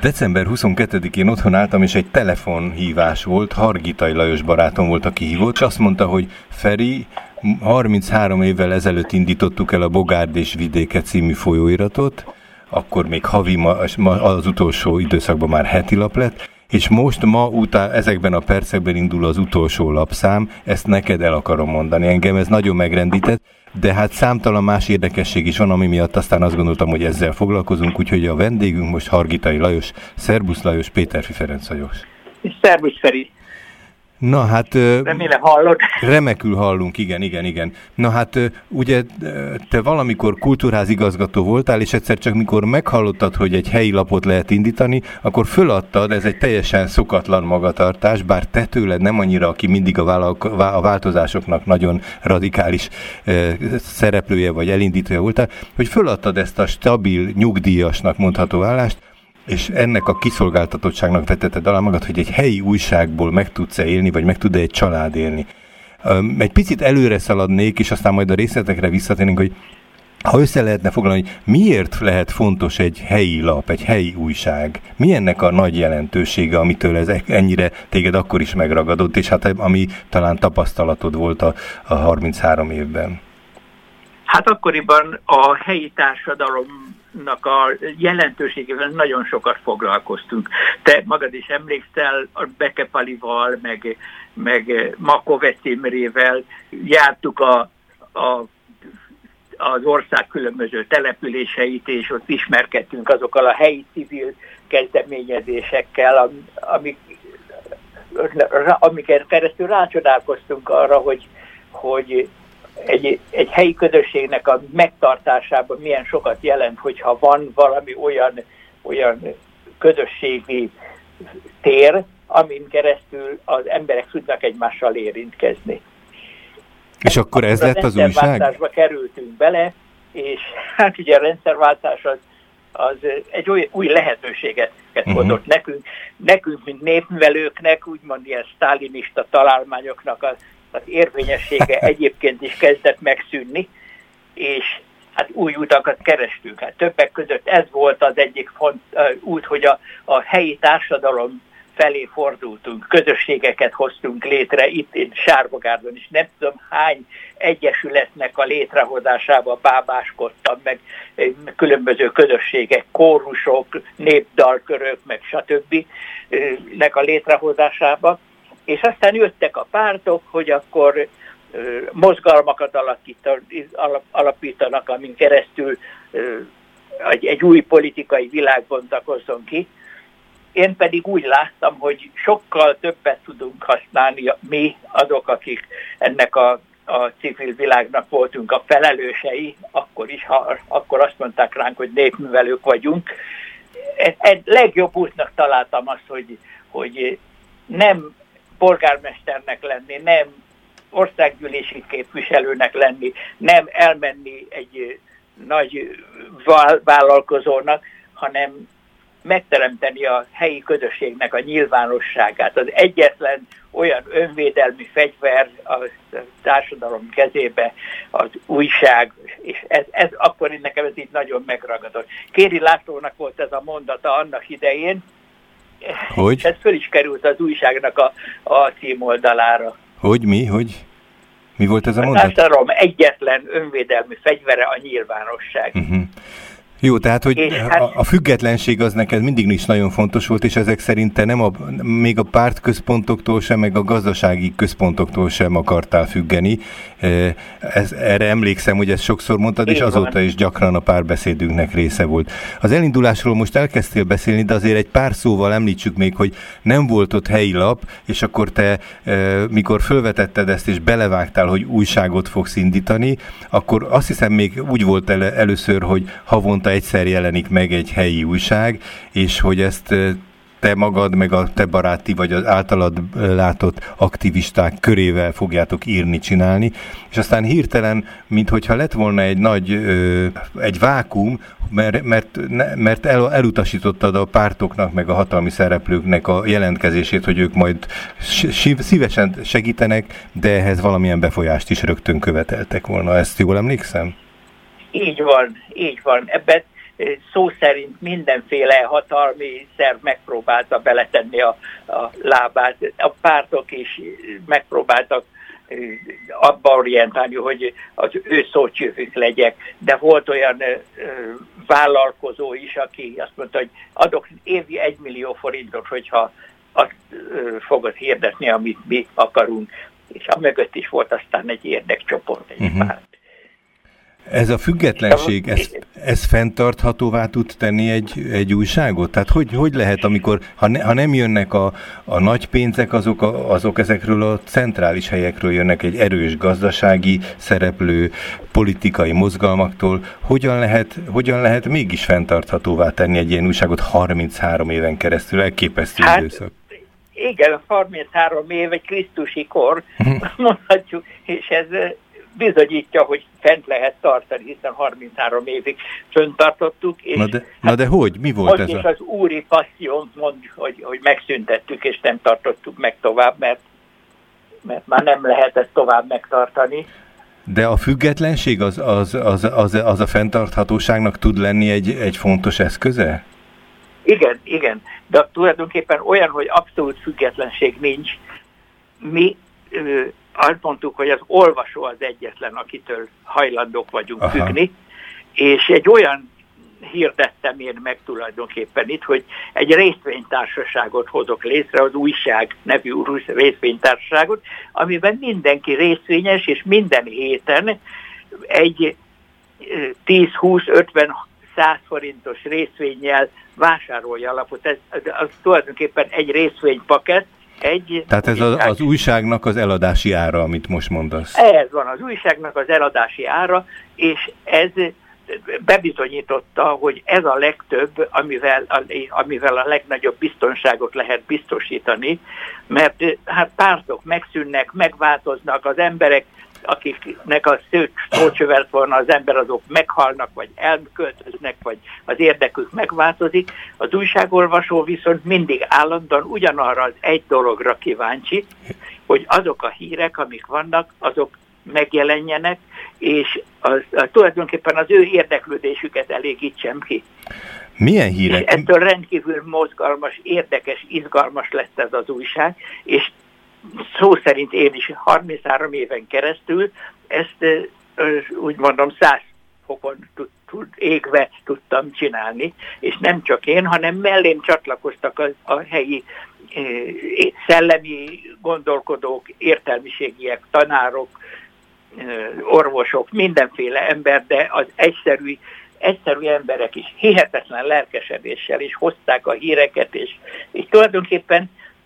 December 22-én otthon álltam, és egy telefonhívás volt, Hargitai Lajos barátom volt, aki hívott, és azt mondta, hogy Feri, 33 évvel ezelőtt indítottuk el a Bogárd és Vidéke című folyóiratot, akkor még havi, az utolsó időszakban már heti lap lett, és most ma után ezekben a percekben indul az utolsó lapszám, ezt neked el akarom mondani, engem ez nagyon megrendített, de hát számtalan más érdekesség is van, ami miatt aztán azt gondoltam, hogy ezzel foglalkozunk, úgyhogy a vendégünk most Hargitai Lajos. Szerbusz Lajos, Péterfi Ferenc vagyok. Szerbusz Feri. Na hát... Remélem hallod. Remekül hallunk, igen. Na hát ugye te valamikor kultúrházigazgató voltál, és egyszer csak mikor meghallottad, hogy egy helyi lapot lehet indítani, akkor föladtad, ez egy teljesen szokatlan magatartás, bár te tőled nem annyira, aki mindig a változásoknak nagyon radikális szereplője vagy elindítója voltál, hogy föladtad ezt a stabil, nyugdíjasnak mondható állást, és ennek a kiszolgáltatottságnak vetetted alá magad, hogy egy helyi újságból meg tudsz-e élni, vagy meg tud-e egy család élni. Egy picit előre szaladnék, és aztán majd a részletekre visszatérnénk, hogy ha össze lehetne foglalni, hogy miért lehet fontos egy helyi lap, egy helyi újság? Mi ennek a nagy jelentősége, amitől ez ennyire téged akkor is megragadott, és hát ami talán tapasztalatod volt a 33 évben? Hát akkoriban a helyi társadalomnak a jelentőségével nagyon sokat foglalkoztunk. Te magad is emlékszel, a Beke Palival, meg Makovec Imrével jártuk az ország különböző településeit, és ott ismerkedtünk azokkal a helyi civil kezdeményezésekkel, amiket keresztül rácsodálkoztunk arra, hogy egy helyi közösségnek a megtartásában milyen sokat jelent, hogyha van valami olyan közösségi tér, amin keresztül az emberek tudnak egymással érintkezni. És akkor ez lett az újság? Rendszerváltásba kerültünk bele, és hát ugye a rendszerváltás az egy új lehetőséget hozott nekünk, mint népművelőknek, úgymond ilyen sztálinista találmányoknak az érvényessége egyébként is kezdett megszűnni, és hát új utakat kerestünk. Hát többek között ez volt az egyik út, hogy a helyi társadalom felé fordultunk, közösségeket hoztunk létre, itt én Sárbogárdon is nem tudom hány egyesületnek a létrehozásába bábáskodtam, meg különböző közösségek, kórusok, népdalkörök, meg stb. Nek a létrehozásába. És aztán jöttek a pártok, hogy akkor mozgalmakat alapítanak, amin keresztül egy új politikai világ bontakozzon ki. Én pedig úgy láttam, hogy sokkal többet tudunk használni mi, azok, akik ennek a civil világnak voltunk a felelősei, akkor azt mondták ránk, hogy népművelők vagyunk. Egy legjobb útnak találtam azt, hogy nem polgármesternek lenni, nem országgyűlési képviselőnek lenni, nem elmenni egy nagy vállalkozónak, hanem megteremteni a helyi közösségnek a nyilvánosságát. Az egyetlen olyan önvédelmi fegyver a társadalom kezébe az újság, és ez akkor nekem ez így nagyon megragadott. Kéri Lászlónak volt ez a mondata annak idején, hogy? Ez föl is került az újságnak a címoldalára. Hogy mi? Mi volt ez a mondat? A társadalom egyetlen önvédelmi fegyvere a nyilvánosság. Jó, tehát, hogy a függetlenség az neked mindig is nagyon fontos volt, és ezek szerint te még a pártközpontoktól sem, meg a gazdasági központoktól sem akartál függeni. Erre emlékszem, hogy ezt sokszor mondtad, és azóta is gyakran a párbeszédünknek része volt. Az elindulásról most elkezdtél beszélni, de azért egy pár szóval említsük még, hogy nem volt ott helyi lap, és akkor te, mikor fölvetetted ezt, és belevágtál, hogy újságot fogsz indítani, akkor azt hiszem még úgy volt először, hogy havonta egyszer jelenik meg egy helyi újság, és hogy ezt te magad, meg a te baráti, vagy az általad látott aktivisták körével fogjátok írni, csinálni, és aztán hirtelen, minthogyha lett volna egy vákum, mert elutasítottad a pártoknak, meg a hatalmi szereplőknek a jelentkezését, hogy ők majd szívesen segítenek, de ehhez valamilyen befolyást is rögtön követeltek volna. Ezt jól emlékszem? Így van. Ebben szó szerint mindenféle hatalmi szerv megpróbálta beletenni a lábát. A pártok is megpróbáltak abba orientálni, hogy az ő szócsövük legyek, de volt olyan vállalkozó is, aki azt mondta, hogy adok évi 1 millió forintot, hogyha azt fogod hirdetni, amit mi akarunk. És a mögött is volt aztán egy érdekcsoport, egy párt. Ez a függetlenség, ez fenntarthatóvá tud tenni egy újságot? Tehát hogy lehet, amikor, ha nem jönnek a nagy pénzek, azok ezekről a centrális helyekről jönnek, egy erős gazdasági szereplő, politikai mozgalmaktól, hogyan lehet mégis fenntarthatóvá tenni egy ilyen újságot 33 éven keresztül? Elképesztő időszak. Igen, 33 év egy krisztusi kor, mondhatjuk, és ez bizonyítja, hogy fent lehet tartani, hiszen 33 évig fenntartottuk. És na de hogy? Mi volt ez? És az úri passziónt mond, hogy megszüntettük, és nem tartottuk meg tovább, mert már nem lehet ezt tovább megtartani. De a függetlenség az a fenntarthatóságnak tud lenni egy fontos eszköze? Igen, de tulajdonképpen olyan, hogy abszolút függetlenség nincs. Mi azt mondtuk, hogy az olvasó az egyetlen, akitől hajlandók vagyunk függni, és egy olyan hirdettem én meg tulajdonképpen itt, hogy egy részvénytársaságot hozok létre, az Újság nevű részvénytársaságot, amiben mindenki részvényes, és minden héten egy 10-20-50-100 forintos részvénnyel vásárolja a lapot. Az tulajdonképpen egy részvénypakett. Tehát ez az újságnak az eladási ára, amit most mondasz. Ez van, az újságnak az eladási ára, és ez bebizonyította, hogy ez a legtöbb, amivel a legnagyobb biztonságot lehet biztosítani, mert hát pártok megszűnnek, megváltoznak, az emberek, akiknek a szócsövelt volna az ember, azok meghalnak, vagy elköltöznek, vagy az érdekük megváltozik. Az újságolvasó viszont mindig állandóan ugyanarra az egy dologra kíváncsi, hogy azok a hírek, amik vannak, azok megjelenjenek, és tulajdonképpen az ő érdeklődésüket elégítsem ki. Milyen hírek? És ettől rendkívül mozgalmas, érdekes, izgalmas lett ez az újság, és szó szerint én is 33 éven keresztül ezt úgy mondom 100 fokon égve tudtam csinálni, és nem csak én, hanem mellém csatlakoztak a helyi szellemi gondolkodók, értelmiségiek, tanárok, orvosok, mindenféle ember, de az egyszerű emberek is hihetetlen lelkesedéssel is hozták a híreket, és tulajdonképpen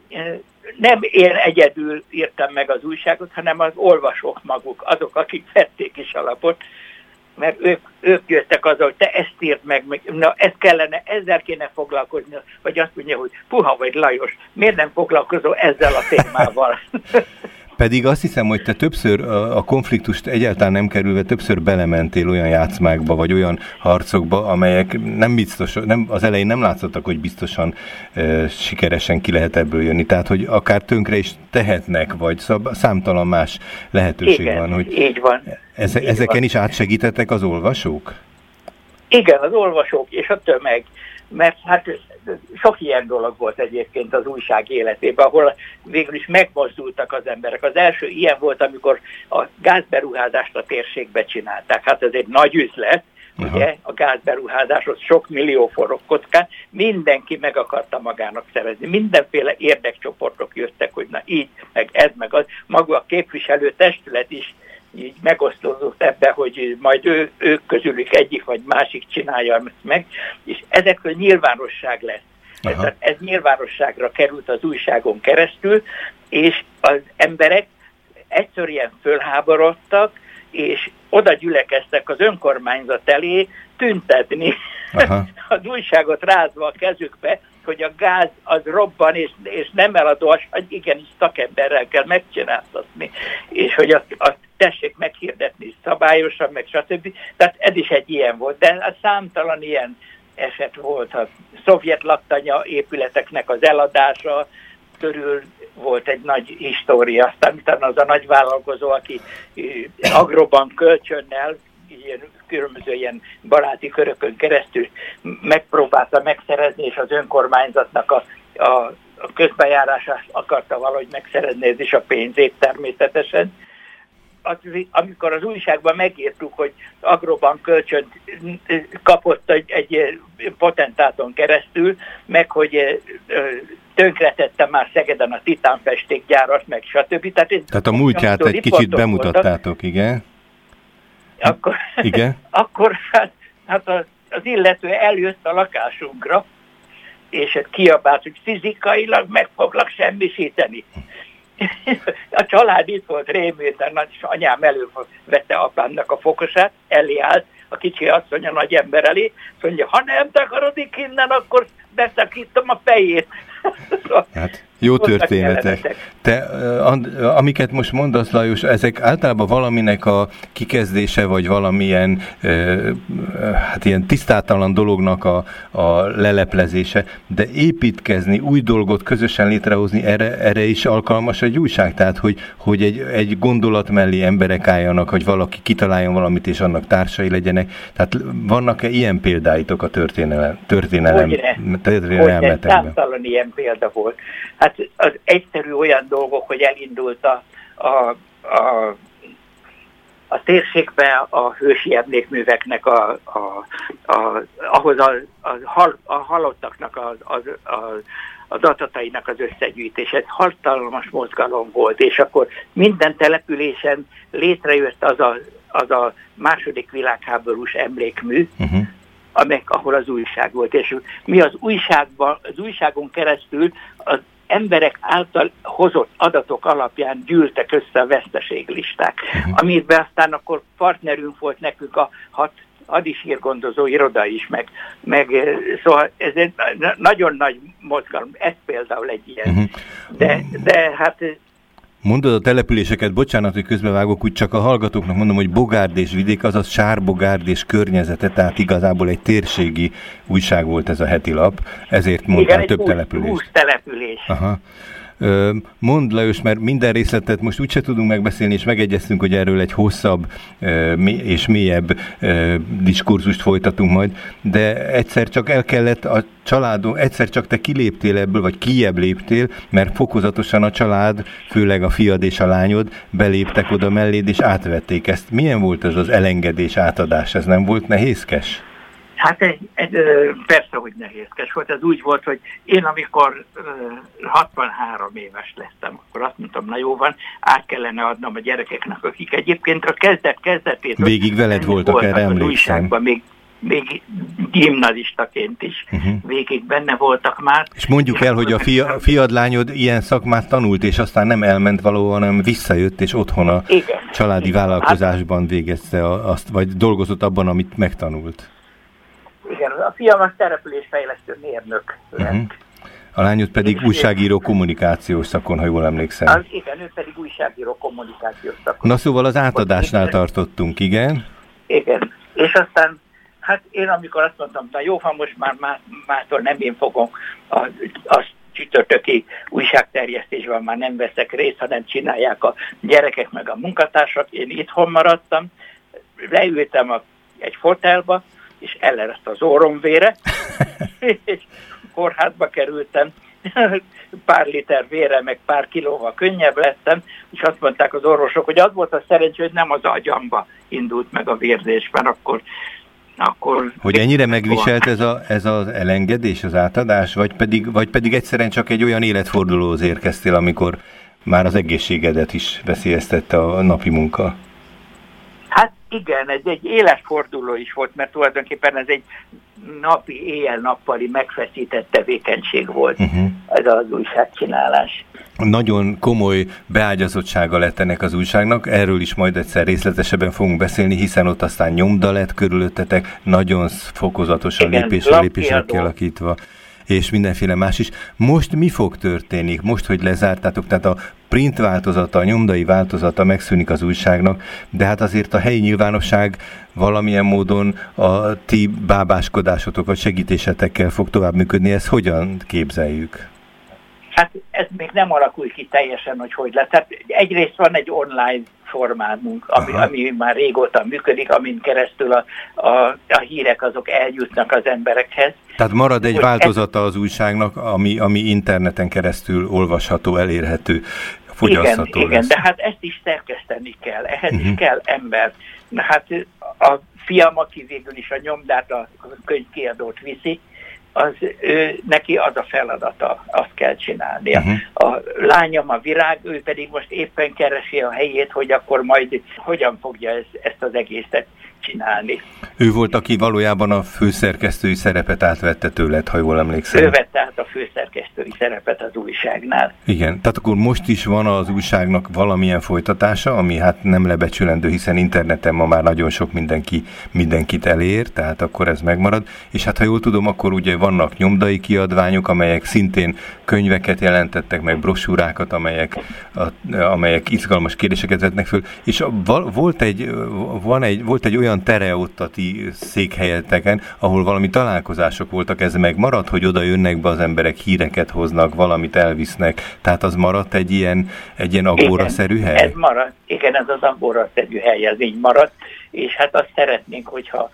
nem én egyedül írtam meg az újságot, hanem az olvasók maguk, azok, akik vették is a lapot, mert ők jöttek azzal, hogy te ezt írd meg, na ezt kellene, ezzel kéne foglalkozni, vagy azt mondja, hogy puha vagy Lajos, miért nem foglalkozol ezzel a témával? Pedig azt hiszem, hogy te többször a konfliktust egyáltalán nem kerülve többször belementél olyan játszmákba, vagy olyan harcokba, amelyek az elején nem látszottak, hogy biztosan sikeresen ki lehet ebből jönni. Tehát, hogy akár tönkre is tehetnek, vagy számtalan más lehetőség van. Hogy így van. Ezeken is átsegítettek az olvasók? Igen, az olvasók és a tömeg. Mert hát sok ilyen dolog volt egyébként az újság életében, ahol végül is megmozdultak az emberek. Az első ilyen volt, amikor a gázberuházást a térségbe csinálták. Hát ez egy nagy üzlet, ugye, a gázberuházáshoz sok millió forog kockán, mindenki meg akarta magának szerezni. Mindenféle érdekcsoportok jöttek, hogy na így, meg ez, meg az. Maga a képviselő testület is így megosztódott ebbe, hogy majd ők közülük egyik vagy másik csinálja meg, és ezekről nyilvánosság lesz. Ez nyilvánosságra került az újságon keresztül, és az emberek egyszerűen fölháborodtak, és oda gyülekeztek az önkormányzat elé tüntetni, az újságot rázva a kezükbe, hogy a gáz az robban, és nem eladós, hogy igenis szakemberrel kell megcsináltatni, és hogy azt tessék meghirdetni szabályosan, meg stb. Tehát ez is egy ilyen volt, de számtalan ilyen eset volt. A szovjet laktanya épületeknek az eladása körül volt egy nagy história. Aztán utána az a nagy vállalkozó, aki Agrobank kölcsönnel különböző ilyen baráti körökön keresztül megpróbálta megszerezni, és az önkormányzatnak a közbejárását akarta valahogy megszerezni, ez is a pénzét természetesen. Amikor az újságban megírtuk, hogy Agrobank kölcsönt kapott egy potentáton keresztül, meg hogy tönkretette már Szegeden a titánfestékgyárat, meg stb. Tehát a múltját egy kicsit bemutattátok, igen? Akkor hát az illető eljött a lakásunkra, és kiabált, hogy fizikailag meg foglak semmisíteni. A család itt volt rémülten, és anyám elővette apámnak a fokosát, elé állt a kicsi asszony a nagy ember elé, és mondja, ha nem takarodik innen, akkor beszakítom a fejét. Hát, jó történetek. Te, amiket most mondasz, Lajos, ezek általában valaminek a kikezdése, vagy valamilyen hát ilyen tisztátalan dolognak a leleplezése, de építkezni, új dolgot közösen létrehozni, erre is alkalmas egy újság? Tehát, hogy egy gondolat mellé emberek álljanak, hogy valaki kitaláljon valamit, és annak társai legyenek. Tehát vannak-e ilyen példáitok a történelmetekben? Számtalan ilyen példa volt. Hát az egyszerű olyan dolgok, hogy elindult a térségbe a hősi emlékműveknek ahhoz a halottaknak az adatainak az összegyűjtés. Ez hatalmas mozgalom volt, és akkor minden településen létrejött az a második világháborús emlékmű, ahol az újság volt. És mi az újságon keresztül az emberek által hozott adatok alapján gyűltek össze a veszteséglisták, amiben aztán akkor partnerünk volt nekünk a 6 hadisírgondozó iroda is, meg szóval ez egy nagyon nagy mozgalom, ez például egy ilyen. De hát... Mondod a településeket, bocsánat, hogy közbevágok, úgy csak a hallgatóknak mondom, hogy Bogárd és vidék, azaz Sárbogárd és környezete, tehát igazából egy térségi újság volt ez a heti lap, ezért mondtál több település. 20 település. Aha. Mondd, Lajos, mert minden részletet most úgyse tudunk megbeszélni, és megegyeztünk, hogy erről egy hosszabb és mélyebb diskurzust folytatunk majd, de egyszer csak el kellett a családon, egyszer csak te kiléptél ebből, vagy kijjebb léptél, mert fokozatosan a család, főleg a fiad és a lányod beléptek oda melléd, és átvették ezt. Milyen volt ez az elengedés, átadás? Ez nem volt nehézkes? Hát persze, hogy nehézkes volt. Ez úgy volt, hogy én amikor 63 éves lettem, akkor azt mondtam, na jó van, át kellene adnom a gyerekeknek, akik egyébként a kezdetét... Végig veled voltak, erre emlékszem. Még gimnazistaként is végig benne voltak már. És mondjuk el, hogy a fiad, lányod ilyen szakmát tanult, és aztán nem elment valahol, hanem visszajött, és otthon a családi vállalkozásban végezte azt, vagy dolgozott abban, amit megtanult. Igen, a fiam az településfejlesztő mérnök lett. A lányod pedig újságíró kommunikációs szakon, ha jól emlékszem. Igen, ő pedig újságíró kommunikációs szakon. Na szóval az átadásnál tartottunk, igen? Igen, és aztán hát én amikor azt mondtam, na jó, ha most mától nem én fogom a csütörtöki újságterjesztésben már nem veszek részt, hanem csinálják a gyerekek meg a munkatársak, én itthon maradtam, leültem egy fotelba, és elereszte az orromvére, és kórházba kerültem, pár liter vére, meg pár kilóval könnyebb lettem, és azt mondták az orvosok, hogy az volt a szerencsé, hogy nem az agyamba indult meg a vérzés, mert akkor hogy ennyire megviselt ez az elengedés, az átadás, vagy pedig egyszerűen csak egy olyan életfordulóhoz érkeztél, amikor már az egészségedet is veszélyeztette a napi munka? Hát igen, ez egy életforduló is volt, mert tulajdonképpen ez egy napi, éjjel-nappali megfeszített tevékenység volt, ez az újságcsinálás. Nagyon komoly beágyazottsága lett ennek az újságnak, erről is majd egyszer részletesebben fogunk beszélni, hiszen ott aztán nyomda lett körülöttetek, nagyon fokozatosan lépésről lépésre kialakítva, és mindenféle más is. Most mi fog történni? Most, hogy lezártátok, tehát a print változata, a nyomdai változata megszűnik az újságnak, de hát azért a helyi nyilvánosság valamilyen módon a ti bábáskodásotok vagy segítésetekkel fog tovább működni. Ezt hogyan képzeljük? Hát ez még nem alakul ki teljesen, hogy lesz. Tehát egyrészt van egy online formálunk, ami már régóta működik, amin keresztül a hírek azok eljutnak az emberekhez. Tehát marad egy változata az újságnak, ami interneten keresztül olvasható, elérhető, fogyasztható lesz. Igen, de hát ezt is szerkeszteni kell, ehhez is kell ember. Na hát a fiam, aki végül is a nyomdát, a könyvkiadót viszi, neki az a feladata, azt kell csinálnia. A lányom a Virág, ő pedig most éppen keresi a helyét, hogy akkor majd hogyan fogja ezt az egészet csinálni. Ő volt, aki valójában a főszerkesztői szerepet átvette tőled, ha jól emlékszem. Ő vette át a főszerkesztői szerepet az újságnál. Igen, tehát akkor most is van az újságnak valamilyen folytatása, ami hát nem lebecsülendő, hiszen interneten ma már nagyon sok mindenkit elér, tehát akkor ez megmarad. És hát ha jól tudom, akkor ugye vannak nyomdai kiadványok, amelyek szintén könyveket jelentettek, meg brosúrákat, amelyek izgalmas kérdéseket vetnek föl. És volt egy olyan tere ott a ti székhelyeteken, ahol valami találkozások voltak, ez megmaradt, hogy oda jönnek be az emberek, híreket hoznak, valamit elvisznek, tehát az maradt egy ilyen agóraszerű hely? Ez maradt, igen, ez az agóraszerű hely, ez így maradt, és hát azt szeretnénk, hogyha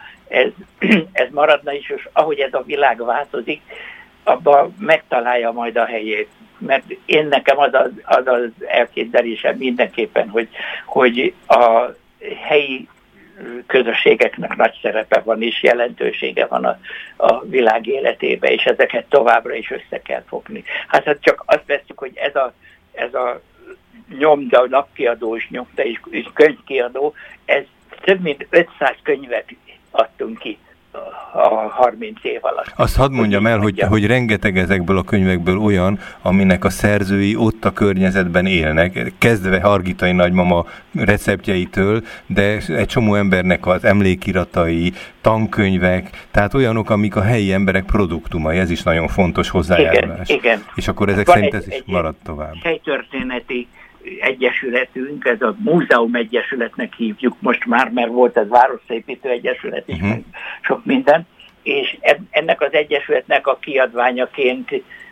ez maradna is, és ahogy ez a világ változik, abban megtalálja majd a helyét. Mert nekem az elképzelésem mindenképpen, hogy a helyi közösségeknek nagy szerepe van és jelentősége van a világ életében, és ezeket továbbra is össze kell fogni. Hát csak azt veszük, hogy ez a nyomda, lapkiadó és nyomda és könyvkiadó, ez több mint 500 könyvet adtunk ki a 30 év alatt. Azt hadd mondjam el, hogy rengeteg ezekből a könyvekből olyan, aminek a szerzői ott a környezetben élnek, kezdve Hargitai nagymama receptjeitől, de egy csomó embernek az emlékiratai, tankönyvek, tehát olyanok, amik a helyi emberek produktumai, ez is nagyon fontos hozzájárulás. Igen. És akkor ezek szerint ez is marad tovább. Helytörténeti egyesületünk, ez a Múzeum Egyesületnek hívjuk most már, mert volt ez Városépítő Egyesület is, meg sok minden, és ennek az egyesületnek a kiadványaként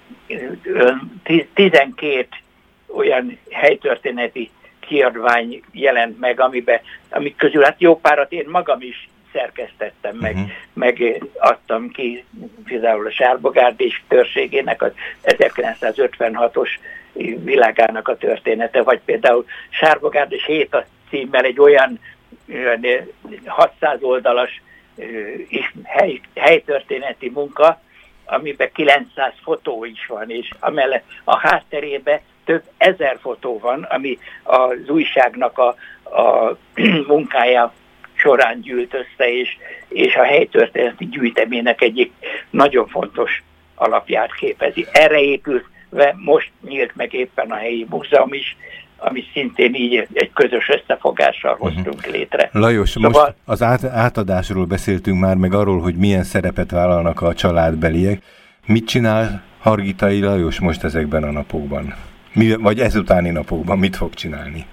12 olyan helytörténeti kiadvány jelent meg, amik közül hát jó párat én magam is szerkesztettem, meg adtam ki, például a Sárbogárd törségének az 1956-os világának a története, vagy például Sárbogárd és Hét címmel egy olyan 600 oldalas helytörténeti munka, amiben 900 fotó is van, és amellett a hátterében több ezer fotó van, ami az újságnak a munkája során gyűlt össze, és a helytörténeti gyűjteménynek egyik nagyon fontos alapját képezi. Erre épülve most nyílt meg éppen a helyi múzeum is, ami szintén így egy közös összefogással hoztunk létre. Lajos, most az átadásról beszéltünk már, meg arról, hogy milyen szerepet vállalnak a családbeliek. Mit csinál Hargitai Lajos most ezekben a napokban? Vagy ezutáni napokban mit fog csinálni?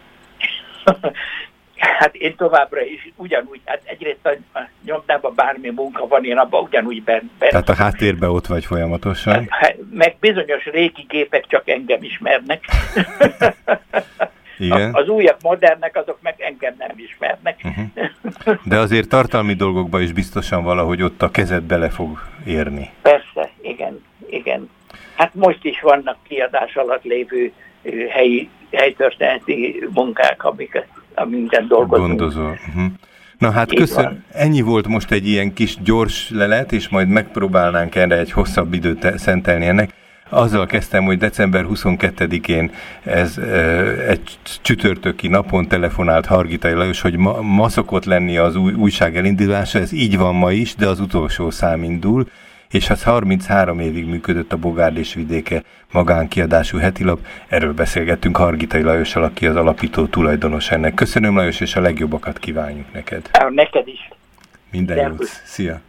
Hát én továbbra is ugyanúgy, hát egyrészt a nyomdában bármi munka van, én abban ugyanúgy benne. Tehát a háttérben ott vagy folyamatosan? Meg bizonyos régi gépek csak engem ismernek. Igen. Az újabb modernek, azok meg engem nem ismernek. De azért tartalmi dolgokban is biztosan valahogy ott a kezed bele fog érni. Persze, igen. Hát most is vannak kiadás alatt lévő helytörténeti munkák, amiket dolgozunk. Gondozol. Na hát köszönöm. Ennyi volt most egy ilyen kis gyors lelet, és majd megpróbálnánk erre egy hosszabb időt szentelni ennek. Azzal kezdtem, hogy december 22-én ez egy csütörtöki napon telefonált Hargitai Lajos, hogy ma szokott lenni az újság elindulása, ez így van ma is, de az utolsó szám indul, és az 33 évig működött a Bogárd és vidéke magánkiadású hetilap. Erről beszélgettünk Hargitai Lajossal, aki az alapító tulajdonos ennek. Köszönöm, Lajos, és a legjobbakat kívánjuk neked. Neked is. Minden jót. Szia!